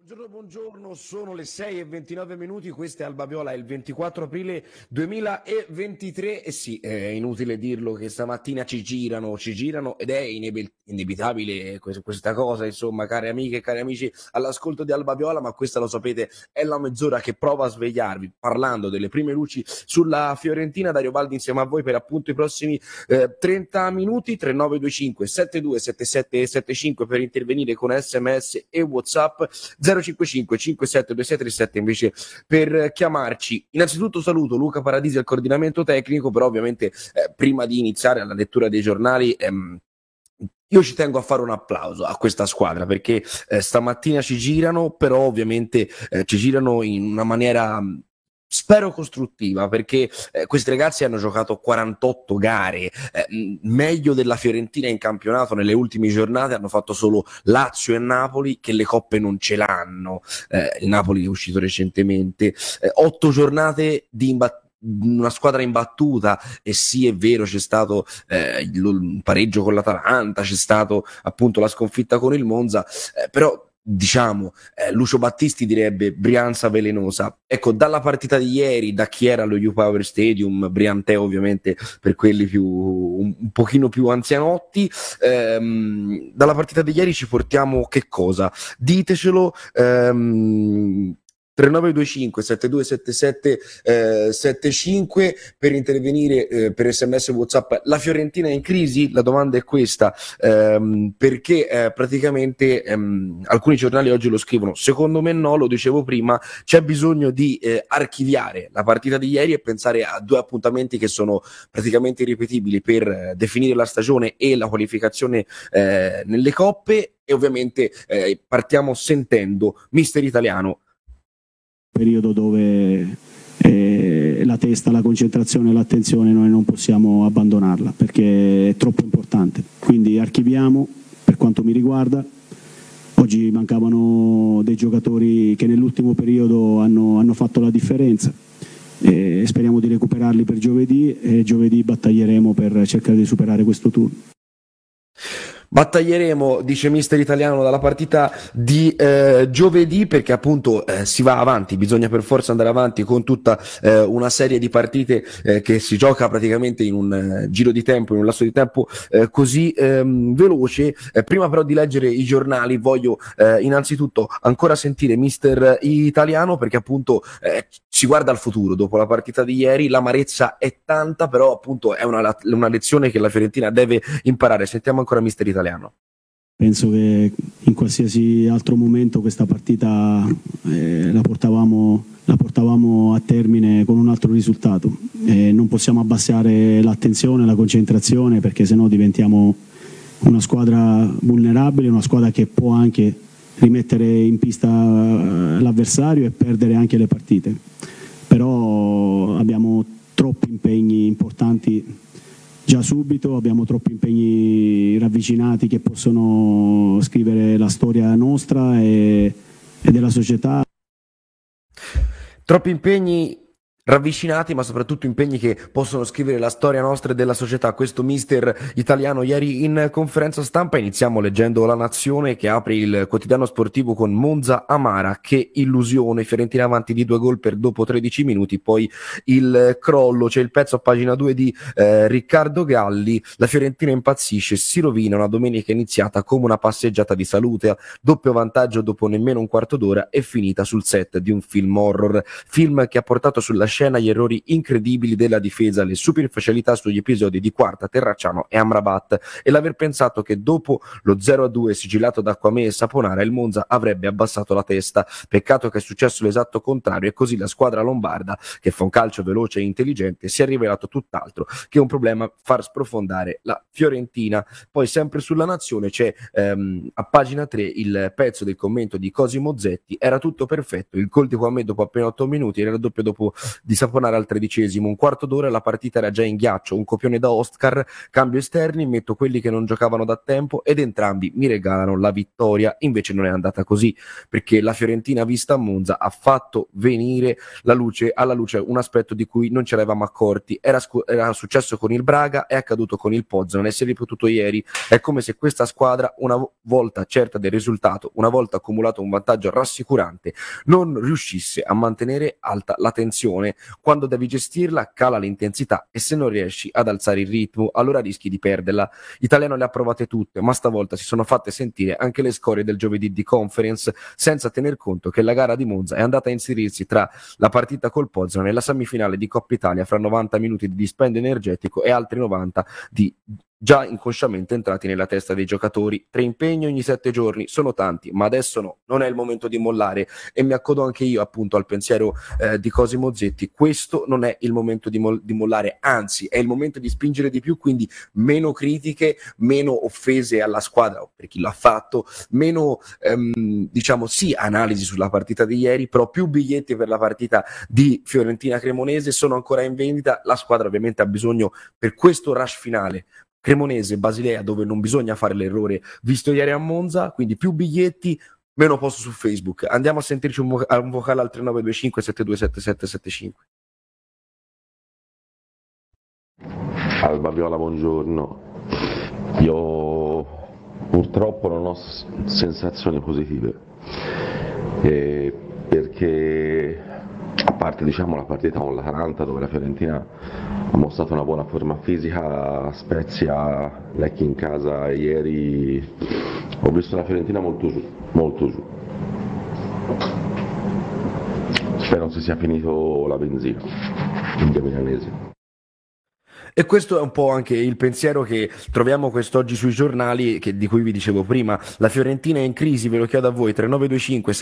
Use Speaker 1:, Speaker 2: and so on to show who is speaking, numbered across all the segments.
Speaker 1: Buongiorno, sono le 6:29, questa è Alba Viola, è il 24 aprile 2023 e sì, è inutile dirlo che stamattina ci girano ed è inevitabile questa cosa, insomma, cari amiche e cari amici all'ascolto di Alba Viola, ma questa lo sapete è la mezz'ora che prova a svegliarvi parlando delle prime luci sulla Fiorentina. Dario Baldi insieme a voi per appunto i prossimi 30 minuti. 3925 7277 75 per intervenire con SMS e WhatsApp, 055 572637 invece per chiamarci. Innanzitutto saluto Luca Paradisi al coordinamento tecnico, però ovviamente prima di iniziare alla lettura dei giornali io ci tengo a fare un applauso a questa squadra perché stamattina ci girano, però ovviamente ci girano in una maniera spero costruttiva, perché questi ragazzi hanno giocato 48 gare, meglio della Fiorentina in campionato nelle ultime giornate, hanno fatto solo Lazio e Napoli che le coppe non ce l'hanno, il Napoli è uscito recentemente, 8 giornate di una squadra imbattuta, e sì è vero c'è stato il pareggio con l'Atalanta, c'è stato appunto la sconfitta con il Monza, però diciamo Lucio Battisti direbbe Brianza velenosa. Ecco, dalla partita di ieri, da chi era allo U-Power Stadium, Briantè ovviamente per quelli più un pochino più anzianotti, dalla partita di ieri ci portiamo che cosa? Ditecelo. 3925 7277 75 per intervenire per SMS e WhatsApp. La Fiorentina è in crisi? La domanda è questa, perché praticamente alcuni giornali oggi lo scrivono, secondo me no, lo dicevo prima, c'è bisogno di archiviare la partita di ieri e pensare a due appuntamenti che sono praticamente irripetibili per definire la stagione e la qualificazione nelle coppe, e ovviamente partiamo sentendo mister Italiano.
Speaker 2: Periodo dove la testa, la concentrazione, l'attenzione noi non possiamo abbandonarla perché è troppo importante, quindi archiviamo. Per quanto mi riguarda oggi mancavano dei giocatori che nell'ultimo periodo hanno fatto la differenza e speriamo di recuperarli per giovedì, e giovedì battaglieremo per cercare di superare questo turno.
Speaker 1: Battaglieremo, dice mister Italiano, dalla partita di giovedì, perché appunto si va avanti, bisogna per forza andare avanti con tutta una serie di partite che si gioca praticamente in un giro di tempo, in un lasso di tempo così veloce. Prima però di leggere i giornali voglio innanzitutto ancora sentire mister Italiano, perché appunto si guarda al futuro dopo la partita di ieri, l'amarezza è tanta, però appunto è una lezione che la Fiorentina deve imparare. Sentiamo ancora mister Italiano.
Speaker 2: Penso che in qualsiasi altro momento questa partita la portavamo a termine con un altro risultato. Non possiamo abbassare l'attenzione, la concentrazione, perché sennò diventiamo una squadra vulnerabile, una squadra che può anche rimettere in pista l'avversario e perdere anche le partite. Però abbiamo troppi impegni importanti già subito, abbiamo troppi impegni ravvicinati che possono scrivere la storia nostra e della società.
Speaker 1: Troppi impegni ravvicinati, ma soprattutto impegni che possono scrivere la storia nostra e della società. Questo mister Italiano ieri in conferenza stampa. Iniziamo leggendo La Nazione, che apre il quotidiano sportivo con Monza Amara, che illusione, Fiorentina avanti di 2 gol per dopo 13 minuti, poi il crollo. C'è il pezzo a pagina 2 di Riccardo Galli. La Fiorentina impazzisce, si rovina una domenica iniziata come una passeggiata di salute, doppio vantaggio dopo nemmeno un quarto d'ora e finita sul set di un film horror, film che ha portato sulla scena gli errori incredibili della difesa, le superficialità sugli episodi di Quarta, Terracciano e Amrabat, e l'aver pensato che dopo lo 0-2 sigillato da Kwame e Saponara il Monza avrebbe abbassato la testa. Peccato che è successo l'esatto contrario, e così la squadra lombarda, che fa un calcio veloce e intelligente, si è rivelato tutt'altro che un problema far sprofondare la Fiorentina. Poi sempre sulla Nazione c'è a pagina 3 il pezzo del commento di Cosimo Zetti: era tutto perfetto, il gol di Kwame dopo appena 8 minuti, era il raddoppio dopo di saponare al 13°, un quarto d'ora la partita era già in ghiaccio, un copione da Oscar, cambio esterni, metto quelli che non giocavano da tempo ed entrambi mi regalano la vittoria. Invece non è andata così, perché la Fiorentina vista a Monza ha fatto venire alla luce un aspetto di cui non ci eravamo accorti. Era successo con il Braga, è accaduto con il Poznan e si è ripetuto ieri. È come se questa squadra, una volta certa del risultato, una volta accumulato un vantaggio rassicurante, non riuscisse a mantenere alta la tensione. Quando devi gestirla cala l'intensità e se non riesci ad alzare il ritmo allora rischi di perderla. Italiano le ha provate tutte, ma stavolta si sono fatte sentire anche le scorie del giovedì di Conference, senza tener conto che la gara di Monza è andata a inserirsi tra la partita col Poznan e la semifinale di Coppa Italia, fra 90 minuti di dispendio energetico e altri 90 di già inconsciamente entrati nella testa dei giocatori. 3 impegni ogni 7 giorni sono tanti, ma adesso no, non è il momento di mollare, e mi accodo anche io appunto al pensiero di Cosimo Zetti. Questo non è il momento di mollare, anzi è il momento di spingere di più, quindi meno critiche, meno offese alla squadra per chi l'ha fatto, meno diciamo sì analisi sulla partita di ieri, però più biglietti per la partita di Fiorentina Cremonese. Sono ancora in vendita, la squadra ovviamente ha bisogno per questo rush finale Cremonese, Basilea, dove non bisogna fare l'errore visto ieri a Monza, quindi più biglietti, meno posto su Facebook. Andiamo a sentirci un vocale al 3925 727775.
Speaker 3: Alba Viola, buongiorno. Io purtroppo non ho sensazioni positive, perché a parte diciamo la partita con l'Atalanta, dove la Fiorentina ha mostrato una buona forma fisica, Spezia, Lecce in casa ieri, ho visto la Fiorentina molto giù, molto giù. Spero non si sia finito la benzina in via Milanese.
Speaker 1: E questo è un po' anche il pensiero che troviamo quest'oggi sui giornali, di cui vi dicevo prima. La Fiorentina è in crisi, ve lo chiedo a voi, 3925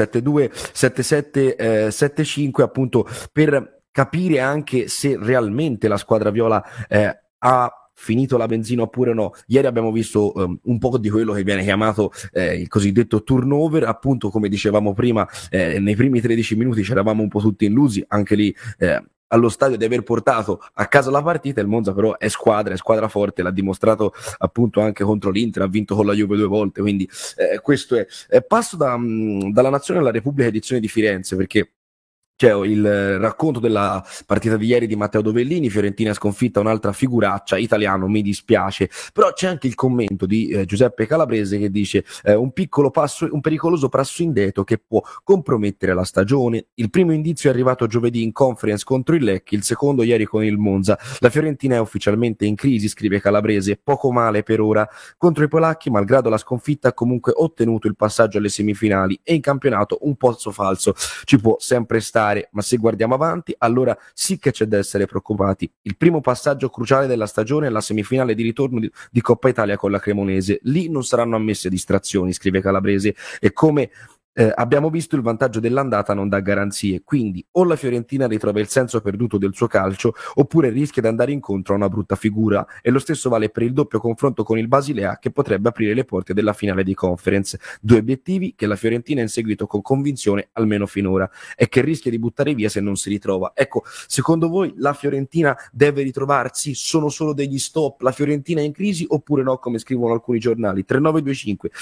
Speaker 1: 727775, appunto per capire anche se realmente la squadra viola ha finito la benzina oppure no. Ieri abbiamo visto un po' di quello che viene chiamato il cosiddetto turnover, appunto come dicevamo prima, nei primi 13 minuti c'eravamo un po' tutti illusi, anche lì allo stadio, di aver portato a casa la partita. Il Monza però è squadra forte, l'ha dimostrato appunto anche contro l'Inter, ha vinto con la Juve 2 volte, quindi questo è. Passo dalla Nazione alla Repubblica edizione di Firenze, perché c'è il racconto della partita di ieri di Matteo Dovellini, Fiorentina sconfitta, un'altra figuraccia, Italiano mi dispiace, però c'è anche il commento di Giuseppe Calabrese che dice un pericoloso passo indietro che può compromettere la stagione. Il primo indizio è arrivato giovedì in Conference contro il Lecce, il secondo ieri con il Monza. La Fiorentina è ufficialmente in crisi, scrive Calabrese, poco male per ora. Contro i polacchi, malgrado la sconfitta, ha comunque ottenuto il passaggio alle semifinali e in campionato un pozzo falso ci può sempre stare. Ma se guardiamo avanti, allora sì che c'è da essere preoccupati. Il primo passaggio cruciale della stagione è la semifinale di ritorno di Coppa Italia con la Cremonese. Lì non saranno ammesse distrazioni, scrive Calabrese, e come abbiamo visto il vantaggio dell'andata non dà garanzie, quindi o la Fiorentina ritrova il senso perduto del suo calcio oppure rischia di andare incontro a una brutta figura, e lo stesso vale per il doppio confronto con il Basilea, che potrebbe aprire le porte della finale di Conference. 2 obiettivi che la Fiorentina ha inseguito con convinzione, almeno finora, e che rischia di buttare via se non si ritrova. Ecco, secondo voi la Fiorentina deve ritrovarsi? Sono solo degli stop? La Fiorentina è in crisi oppure no, come scrivono alcuni giornali? 3925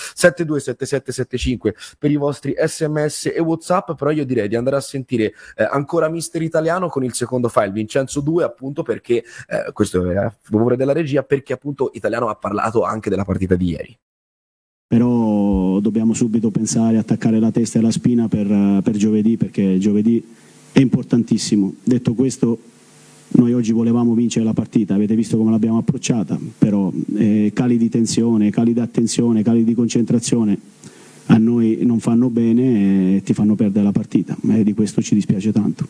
Speaker 1: 727775 per i vostri SMS e WhatsApp. Però io direi di andare a sentire ancora Mister Italiano con il secondo file, Vincenzo 2, appunto perché questo è a favore della regia, perché appunto Italiano ha parlato anche della partita di ieri.
Speaker 2: Però dobbiamo subito pensare a attaccare la testa e la spina per giovedì, perché giovedì è importantissimo. Detto questo, noi oggi volevamo vincere la partita, avete visto come l'abbiamo approcciata, però cali di tensione, cali di attenzione, cali di concentrazione a noi non fanno bene e ti fanno perdere la partita, e di questo ci dispiace tanto.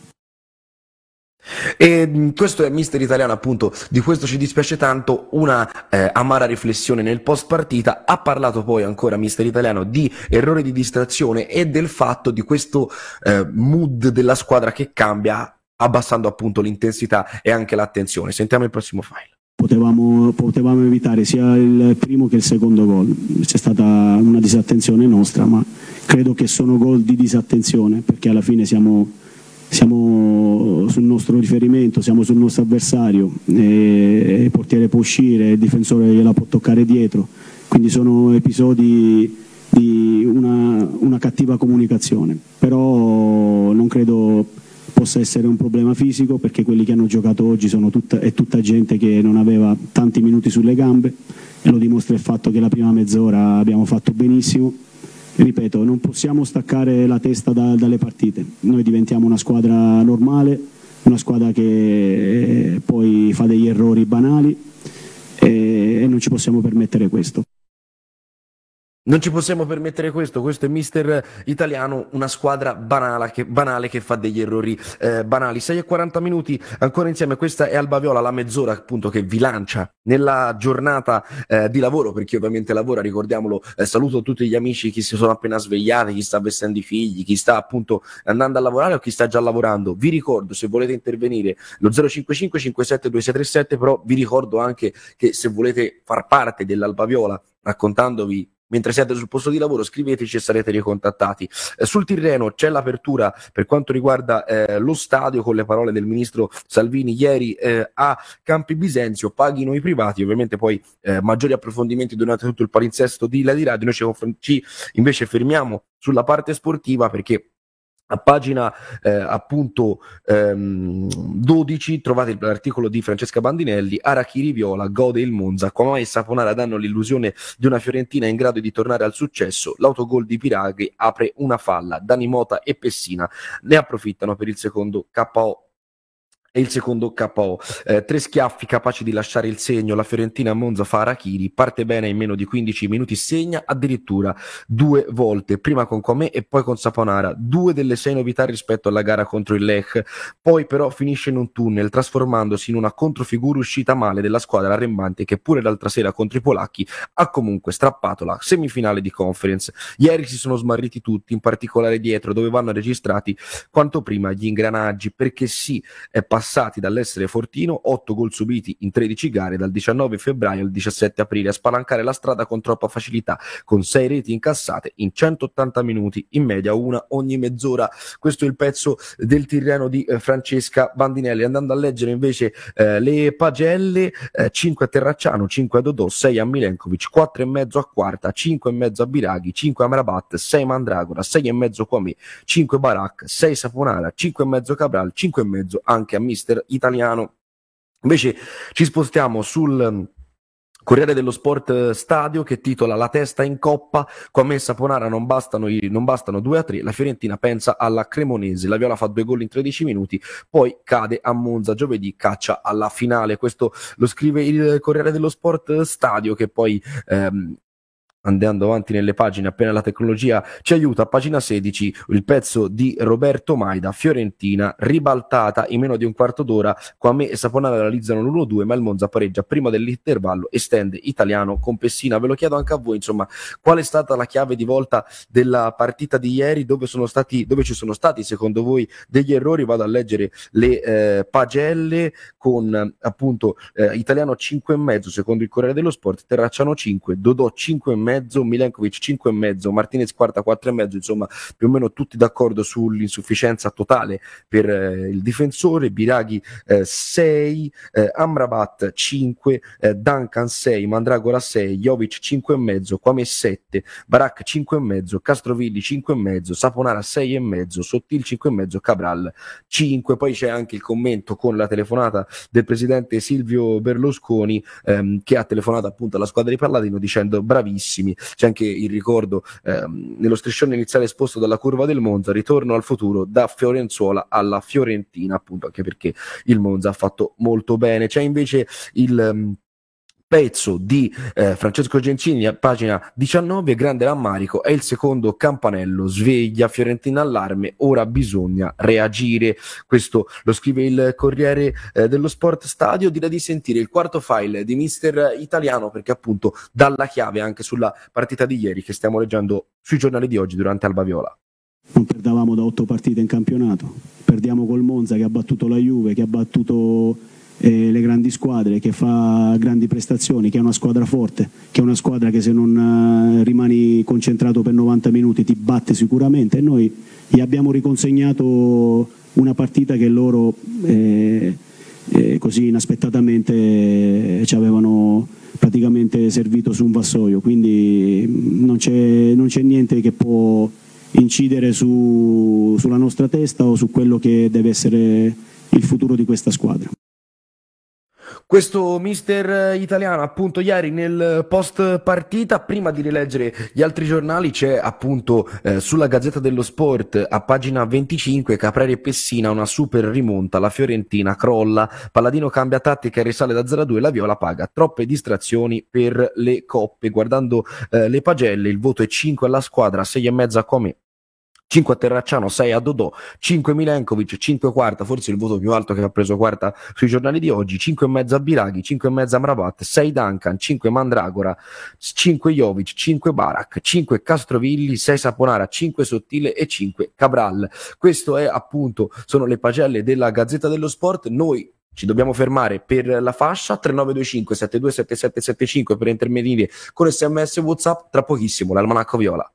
Speaker 1: E questo è Mister Italiano, appunto, di questo ci dispiace tanto, una amara riflessione nel post partita. Ha parlato poi ancora Mister Italiano di errori di distrazione e del fatto di questo mood della squadra che cambia abbassando appunto l'intensità e anche l'attenzione. Sentiamo il prossimo file.
Speaker 2: Potevamo evitare sia il primo che il secondo gol. C'è stata una disattenzione nostra, ma credo che sono gol di disattenzione, perché alla fine siamo sul nostro riferimento, siamo sul nostro avversario, il portiere può uscire, il difensore gliela può toccare dietro, quindi sono episodi di una cattiva comunicazione, però non credo possa essere un problema fisico, perché quelli che hanno giocato oggi è tutta gente che non aveva tanti minuti sulle gambe, e lo dimostra il fatto che la prima mezz'ora abbiamo fatto benissimo. Ripeto, non possiamo staccare la testa dalle partite, noi diventiamo una squadra normale, una squadra che poi fa degli errori banali, e non ci possiamo permettere questo.
Speaker 1: Non ci possiamo permettere questo è mister Italiano, una squadra banale che fa degli errori banali. 6:40 minuti ancora insieme, questa è Alba Viola, la mezz'ora appunto che vi lancia nella giornata di lavoro, perché ovviamente lavora, ricordiamolo. Saluto tutti gli amici, chi si sono appena svegliati, chi sta vestendo i figli, chi sta appunto andando a lavorare o chi sta già lavorando. Vi ricordo, se volete intervenire, lo 055 57 2637, però vi ricordo anche che se volete far parte dell'Alba Viola raccontandovi mentre siete sul posto di lavoro, scriveteci e sarete ricontattati. Sul Tirreno c'è l'apertura per quanto riguarda lo stadio, con le parole del ministro Salvini ieri a Campi Bisenzio: paghino i privati. Ovviamente poi maggiori approfondimenti durante tutto il palinsesto di Lady Radio. Noi ci invece fermiamo sulla parte sportiva, perché a pagina appunto 12 trovate l'articolo di Francesca Bandinelli: Arachiri viola, gode il Monza, Quamà e Saponara danno l'illusione di una Fiorentina in grado di tornare al successo, l'autogol di Piraghi apre una falla, Dani Mota e Pessina ne approfittano per il secondo KO. E il secondo KO, 3 schiaffi capaci di lasciare il segno. La Fiorentina a Monza fa Arachiri, parte bene in meno di 15 minuti, segna addirittura 2 volte, prima con Comé e poi con Saponara, 2 delle 6 novità rispetto alla gara contro il Lech. Poi però finisce in un tunnel, trasformandosi in una controfigura uscita male della squadra arrembante, che pure l'altra sera contro i polacchi ha comunque strappato la semifinale di Conference. Ieri si sono smarriti tutti, in particolare dietro, dove vanno registrati quanto prima gli ingranaggi, perché sì, è passati dall'essere fortino, 8 gol subiti in 13 gare dal 19 febbraio al 17 aprile, a spalancare la strada con troppa facilità, con 6 reti incassate in 180 minuti, in media una ogni mezz'ora. Questo è il pezzo del Tirreno di Francesca Bandinelli. Andando a leggere invece le pagelle, 5 a Terracciano, 5 a Dodò, 6 a Milenkovic, 4,5 a Quarta, 5,5 a Biraghi, 5 a Amrabat, 6 Mandragora, 6,5 Quamé, 5 Barak, 6 Saponara, 5,5 Cabral, 5,5 anche a mister Italiano. Invece ci spostiamo sul Corriere dello Sport Stadio, che titola: la testa in coppa, Quamé e Saponara non bastano 2-3, la Fiorentina pensa alla Cremonese, la Viola fa 2 gol in 13 minuti, poi cade a Monza giovedì, caccia alla finale. Questo lo scrive il Corriere dello Sport Stadio, che poi andando avanti nelle pagine, appena la tecnologia ci aiuta, a pagina 16 il pezzo di Roberto Maida: Fiorentina ribaltata in meno di un quarto d'ora, Quamé e Saponara realizzano l'1-2, ma il Monza pareggia prima dell'intervallo e stende Italiano con Pessina. Ve lo chiedo anche a voi, insomma, qual è stata la chiave di volta della partita di ieri, dove ci sono stati secondo voi degli errori? Vado a leggere le pagelle, con appunto Italiano 5,5 secondo il Corriere dello Sport, Terracciano 5, Dodò 5,5, Milenkovic 5,5, Martinez Quarta 4,5, insomma più o meno tutti d'accordo sull'insufficienza totale per il difensore. Biraghi 6, Amrabat 5, Duncan 6, Mandragora 6, Jovic 5,5, Quamé 7, Barak 5,5, Castrovilli 5,5, Saponara 6,5, Sottil 5,5, Cabral 5. Poi c'è anche il commento con la telefonata del presidente Silvio Berlusconi, che ha telefonato appunto alla squadra di Palladino dicendo: bravissimi. C'è anche il ricordo nello striscione iniziale esposto dalla curva del Monza: ritorno al futuro da Fiorenzuola alla Fiorentina, appunto anche perché il Monza ha fatto molto bene. C'è invece il pezzo di Francesco Gensini a pagina 19, grande rammarico, è il secondo campanello, sveglia, Fiorentina allarme, ora bisogna reagire. Questo lo scrive il Corriere dello Sport Stadio. Direi di sentire il quarto file di mister Italiano, perché appunto dà la chiave anche sulla partita di ieri che stiamo leggendo sui giornali di oggi durante Alba Viola.
Speaker 2: Non perdavamo da 8 partite in campionato, perdiamo col Monza che ha battuto la Juve, che ha battuto le grandi squadre, che fa grandi prestazioni, che è una squadra forte, che è una squadra che se non rimani concentrato per 90 minuti ti batte sicuramente, e noi gli abbiamo riconsegnato una partita che loro così inaspettatamente ci avevano praticamente servito su un vassoio, quindi non c'è niente che può incidere sulla nostra testa o su quello che deve essere il futuro di questa squadra.
Speaker 1: Questo mister italiano, appunto, ieri nel post partita, prima di rileggere gli altri giornali, c'è appunto sulla Gazzetta dello Sport a pagina 25 Caprari e Pessina, una super rimonta, la Fiorentina crolla, Palladino cambia tattica e risale da 0-2, la Viola paga troppe distrazioni per le coppe. Guardando le pagelle, il voto è 5 alla squadra, 6,5 a Come, 5 a Terracciano, 6 a Dodò, 5 Milenkovic, 5 quarta, forse il voto più alto che ha preso quarta sui giornali di oggi, 5,5 a Biraghi, 5,5 a Mrabat, 6 Duncan, 5 Mandragora, 5 Jovic, 5 Barak, 5 Castrovilli, 6 Saponara, 5 Sottile e 5 Cabral. Questo è appunto, sono le pagelle della Gazzetta dello Sport. Noi ci dobbiamo fermare per la fascia 3925 727775 per intervenire con SMS WhatsApp. Tra pochissimo l'Almanacco Viola.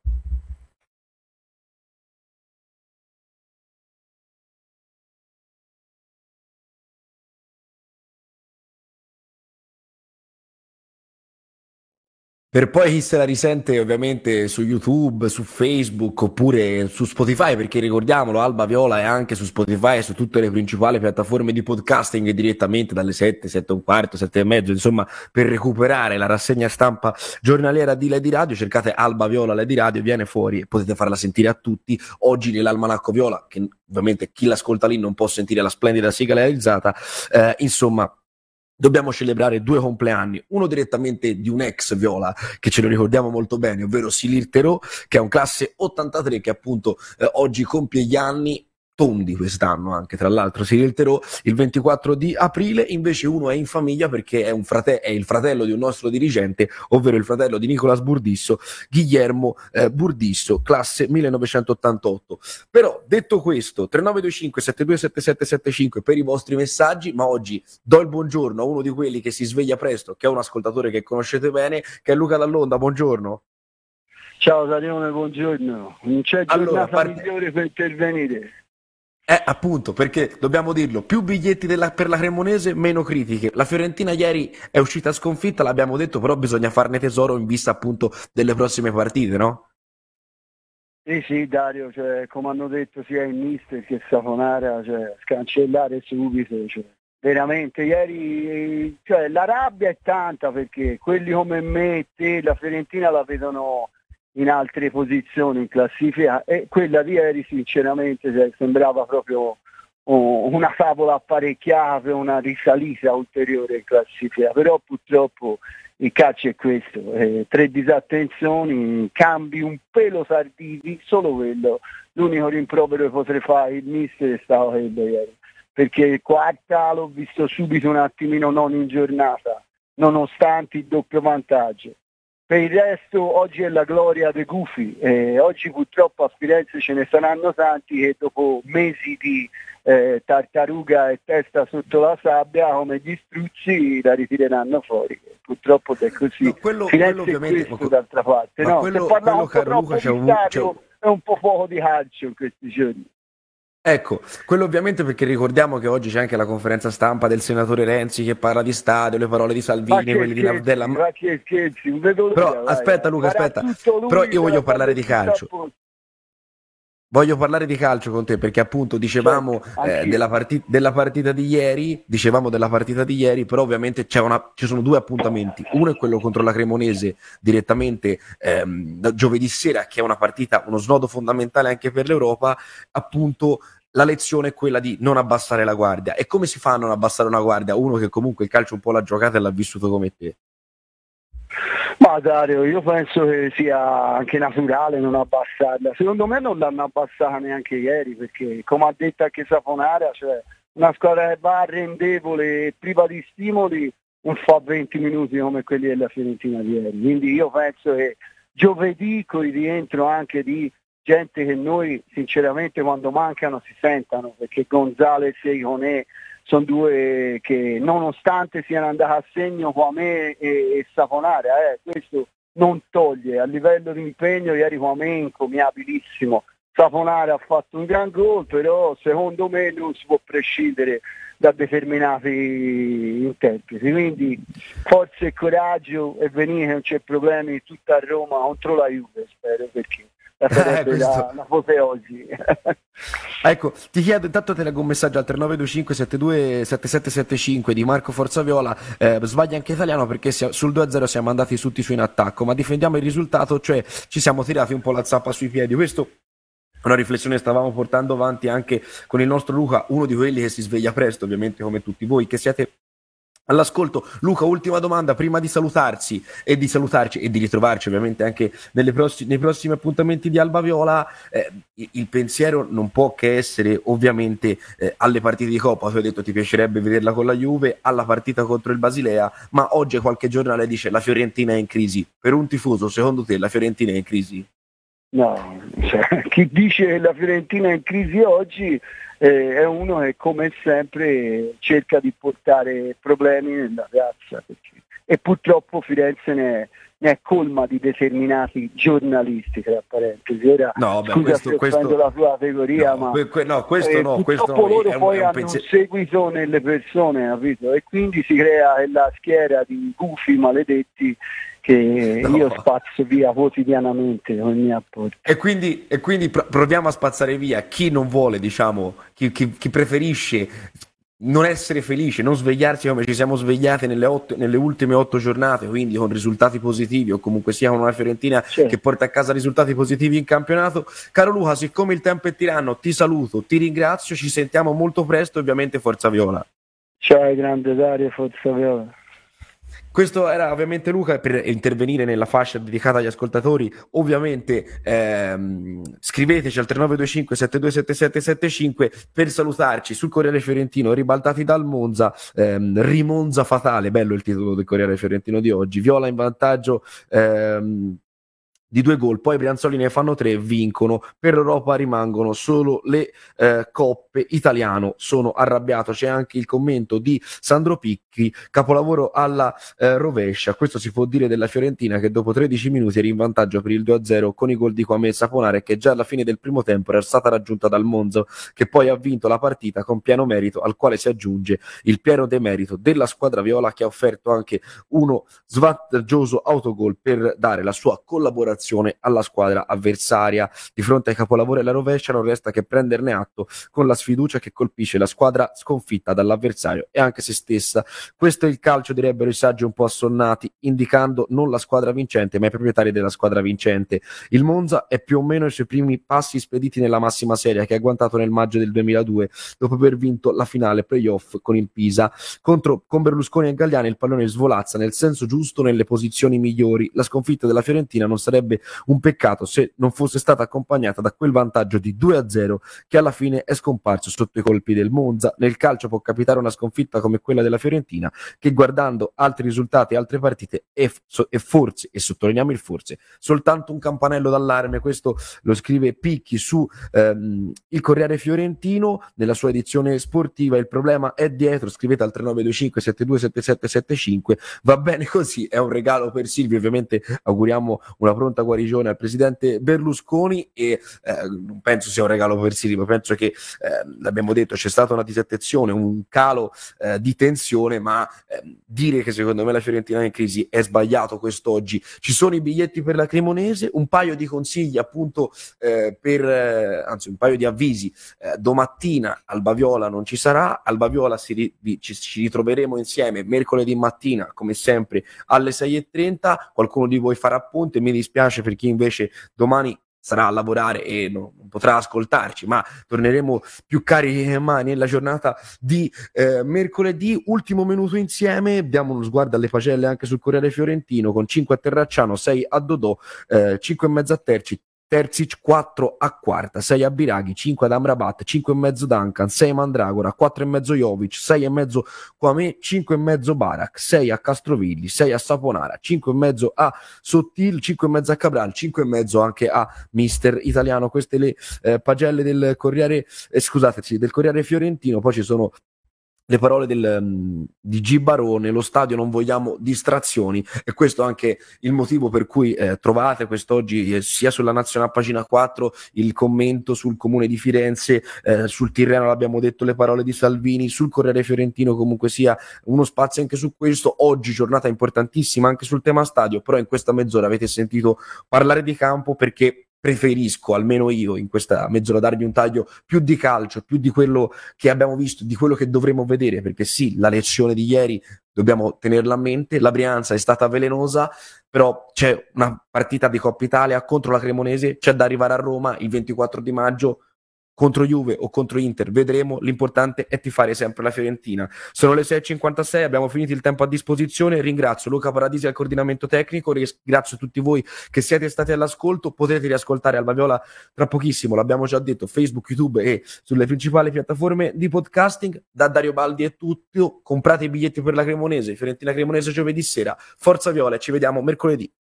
Speaker 1: Per poi chi se la risente ovviamente su YouTube, su Facebook oppure su Spotify, perché ricordiamolo, Alba Viola è anche su Spotify e su tutte le principali piattaforme di podcasting direttamente dalle 7, 7 e un quarto, 7 e mezzo, insomma, per recuperare la rassegna stampa giornaliera di Lady Radio, cercate Alba Viola Lady Radio, viene fuori e potete farla sentire a tutti. Oggi nell'Almanacco Viola, che ovviamente chi l'ascolta lì non può sentire la splendida sigla realizzata, insomma, dobbiamo celebrare 2 compleanni, uno direttamente di un ex Viola che ce lo ricordiamo molto bene, ovvero Silir Terò, che è un classe 83 che appunto oggi compie gli anni tondi quest'anno anche, tra l'altro Silir Terò il 24 di aprile. Invece uno è in famiglia perché è il fratello di un nostro dirigente, ovvero il fratello di Nicolas Burdisso, Guillermo Burdisso, classe 1988. Però detto questo, 3925 727775 per i vostri messaggi, ma oggi do il buongiorno a uno di quelli che si sveglia presto, che è un ascoltatore che conoscete bene, che è Luca Dall'Onda. Buongiorno.
Speaker 4: Ciao Sarione, buongiorno. Non c'è giornata migliore per intervenire.
Speaker 1: Appunto, perché dobbiamo dirlo, più biglietti per la Cremonese, meno critiche. La Fiorentina ieri è uscita sconfitta, l'abbiamo detto, però bisogna farne tesoro in vista appunto delle prossime partite, no?
Speaker 4: Sì, Dario, cioè, come hanno detto sia il mister che Saponara, cioè, scancellare subito, cioè, veramente, ieri cioè, la rabbia è tanta perché quelli come me e te, la Fiorentina la vedono in altre posizioni in classifica e quella di ieri sinceramente cioè, sembrava proprio una favola apparecchiata, una risalita ulteriore in classifica, però purtroppo il calcio è questo, 3 disattenzioni, cambi un pelo tarditi, solo quello, l'unico rimprovero che potrei fare il mister è stato quello ieri, perché il quarta l'ho visto subito un attimino non in giornata, nonostante il doppio vantaggio. Per il resto oggi è la gloria dei gufi, oggi purtroppo a Firenze ce ne saranno tanti che dopo mesi di tartaruga e testa sotto la sabbia come gli struzzi la ritireranno fuori. Purtroppo è così. No, Firenze ovviamente, è questo d'altra parte. No,
Speaker 1: quello,
Speaker 4: se parliamo un po'
Speaker 1: Luca,
Speaker 4: di stadio è un po' poco di calcio in questi giorni.
Speaker 1: Ecco, quello ovviamente perché ricordiamo che oggi c'è anche la conferenza stampa del senatore Renzi che parla di stadio, le parole di Salvini, quelli di Navdella.
Speaker 4: Ma che scherzi, non vedo l'ora,
Speaker 1: però aspetta Luca, aspetta, però io voglio parlare di calcio. Voglio parlare di calcio con te perché appunto dicevamo della partita di ieri, però ovviamente ci sono 2 appuntamenti. Uno è quello contro la Cremonese direttamente giovedì sera, che è una partita, uno snodo fondamentale anche per l'Europa. Appunto la lezione è quella di non abbassare la guardia. E come si fa a non abbassare una guardia? Uno che comunque il calcio un po' l'ha giocata e l'ha vissuto come te.
Speaker 4: Ma Dario, io penso che sia anche naturale non abbassarla. Secondo me non l'hanno abbassata neanche ieri, perché come ha detto anche Saponara, cioè una squadra che va arrendevole e priva di stimoli non fa 20 minuti come quelli della Fiorentina di ieri. Quindi io penso che giovedì con il rientro anche di gente che noi sinceramente quando mancano si sentano, perché Gonzalez e Iconè sono 2 che nonostante siano andati a segno Quamè e Saponara, questo non toglie a livello di impegno ieri Quamè incommiabilissimo, Saponara ha fatto un gran gol, però secondo me non si può prescindere da determinati interpreti, quindi forza e coraggio e venire, non c'è problemi, tutta a Roma contro la Juve, spero, perché la sarebbe l'apoteosi.
Speaker 1: Ecco, ti chiedo, intanto te leggo un messaggio al 3925 72 7775 di Marco Forzaviola, sbaglia anche Italiano perché sul 2-0 siamo andati tutti su in attacco, ma difendiamo il risultato, cioè ci siamo tirati un po' la zappa sui piedi. Questo è una riflessione che stavamo portando avanti anche con il nostro Luca, uno di quelli che si sveglia presto, ovviamente come tutti voi che siete all'ascolto. Luca, ultima domanda prima di salutarci e di ritrovarci ovviamente anche nei prossimi appuntamenti di Alba Viola. Il pensiero non può che essere ovviamente alle partite di Coppa. Tu hai detto ti piacerebbe vederla con la Juve, alla partita contro il Basilea, ma oggi qualche giornale dice la Fiorentina è in crisi. Per un tifoso, secondo te la Fiorentina è in crisi?
Speaker 4: No, cioè, chi dice che la Fiorentina è in crisi oggi è uno che come sempre cerca di portare problemi nella piazza, e purtroppo Firenze ne è colma di determinati giornalisti, tra parentesi. Ora,
Speaker 1: no, beh,
Speaker 4: scusa se offendo la tua categoria,
Speaker 1: no,
Speaker 4: ma
Speaker 1: questo
Speaker 4: purtroppo loro poi hanno un seguito nelle persone, capito? E quindi si crea la schiera di gufi maledetti che io spazzo via quotidianamente con i miei apporti.
Speaker 1: E quindi proviamo a spazzare via chi non vuole, diciamo, chi preferisce non essere felice, non svegliarsi come ci siamo svegliati nelle ultime 8 giornate, quindi con risultati positivi, o comunque sia con una Fiorentina che porta a casa risultati positivi in campionato. Caro Luca, siccome il tempo è tiranno, ti saluto, ti ringrazio, ci sentiamo molto presto, ovviamente Forza Viola.
Speaker 4: Ciao grande Dario, Forza Viola.
Speaker 1: Questo era ovviamente Luca, per intervenire nella fascia dedicata agli ascoltatori. Ovviamente scriveteci al 3925 727775 per salutarci sul Corriere Fiorentino, ribaltati dal Monza, rimonza fatale, bello il titolo del Corriere Fiorentino di oggi. Viola in vantaggio di 2 gol, poi Brianzoli ne fanno 3, vincono. Per l'Europa rimangono solo le coppe. Italiano, sono arrabbiato. C'è anche il commento di Sandro Picchi, capolavoro alla rovescia. Questo si può dire della Fiorentina, che dopo 13 minuti era in vantaggio per il 2-0 con i gol di Kwame e Saponare, che già alla fine del primo tempo era stata raggiunta dal Monza, che poi ha vinto la partita con pieno merito, al quale si aggiunge il pieno demerito della squadra viola, che ha offerto anche uno svantaggioso autogol per dare la sua collaborazione alla squadra avversaria. Di fronte ai capolavori e alla rovescia non resta che prenderne atto con la sfiducia che colpisce la squadra sconfitta dall'avversario e anche se stessa. Questo è il calcio, direbbero i saggi un po' assonnati, indicando non la squadra vincente ma i proprietari della squadra vincente. Il Monza è più o meno ai suoi primi passi spediti nella massima serie, che ha agguantato nel maggio del 2002 dopo aver vinto la finale playoff con il Pisa. Con Berlusconi e Galliani il pallone svolazza nel senso giusto, nelle posizioni migliori. La sconfitta della Fiorentina non sarebbe un peccato se non fosse stata accompagnata da quel vantaggio di 2-0 che alla fine è scomparso sotto i colpi del Monza. Nel calcio può capitare una sconfitta come quella della Fiorentina, che guardando altri risultati e altre partite è forse, e sottolineiamo il forse, soltanto un campanello d'allarme. Questo lo scrive Picchi su il Corriere Fiorentino nella sua edizione sportiva. Il problema è dietro, scrivete al 3925 727775. Va bene così, è un regalo per Silvio. Ovviamente auguriamo una pronta guarigione al presidente Berlusconi e non penso sia un regalo per Silvio, penso che l'abbiamo detto, c'è stata una disattenzione, un calo di tensione, ma dire che secondo me la Fiorentina è in crisi è sbagliato quest'oggi. Ci sono i biglietti per la Cremonese, un paio di consigli appunto anzi un paio di avvisi. Domattina Alba Viola non ci sarà, Alba Viola ci ritroveremo insieme mercoledì mattina come sempre alle 6:30. Qualcuno di voi farà ponte, mi dispiace per chi invece domani sarà a lavorare e non potrà ascoltarci, ma torneremo più carichi che mai nella giornata di mercoledì. Ultimo minuto insieme, diamo uno sguardo alle pagelle anche sul Corriere Fiorentino, con 5 a Terracciano, 6 a Dodò, 5,5 a Terzic, 4 a Quarta, 6 a Biraghi, 5 ad Amrabat, 5,5 Duncan, 6 a Mandragora, 4,5 Jovic, 6,5 Kwame, 5,5 Barak, 6 a Castrovilli, 6 a Saponara, 5,5 a Sottil, 5,5 a Cabral, 5,5 anche a Mister Italiano. Queste le pagelle del Corriere del Corriere Fiorentino. Poi ci sono le parole di G Barone: lo stadio non vogliamo distrazioni, e questo è anche il motivo per cui trovate quest'oggi sia sulla Nazionale pagina 4 il commento sul Comune di Firenze, sul Tirreno l'abbiamo detto le parole di Salvini, sul Corriere Fiorentino comunque sia uno spazio anche su questo. Oggi giornata importantissima anche sul tema stadio, però in questa mezz'ora avete sentito parlare di campo, perché preferisco, almeno io, in questa mezz'ora darvi un taglio più di calcio, più di quello che abbiamo visto, di quello che dovremo vedere, perché sì, la lezione di ieri dobbiamo tenerla a mente, la Brianza è stata velenosa, però c'è una partita di Coppa Italia contro la Cremonese, c'è da arrivare a Roma il 24 di maggio, contro Juve o contro Inter, vedremo, l'importante è tifare sempre la Fiorentina. Sono le 6.56, abbiamo finito il tempo a disposizione, ringrazio Luca Paradisi al coordinamento tecnico, ringrazio tutti voi che siete stati all'ascolto, potete riascoltare Alba Viola tra pochissimo, l'abbiamo già detto, Facebook, YouTube e sulle principali piattaforme di podcasting. Da Dario Baldi è tutto, comprate i biglietti per la Cremonese, Fiorentina Cremonese giovedì sera, Forza Viola, e ci vediamo mercoledì.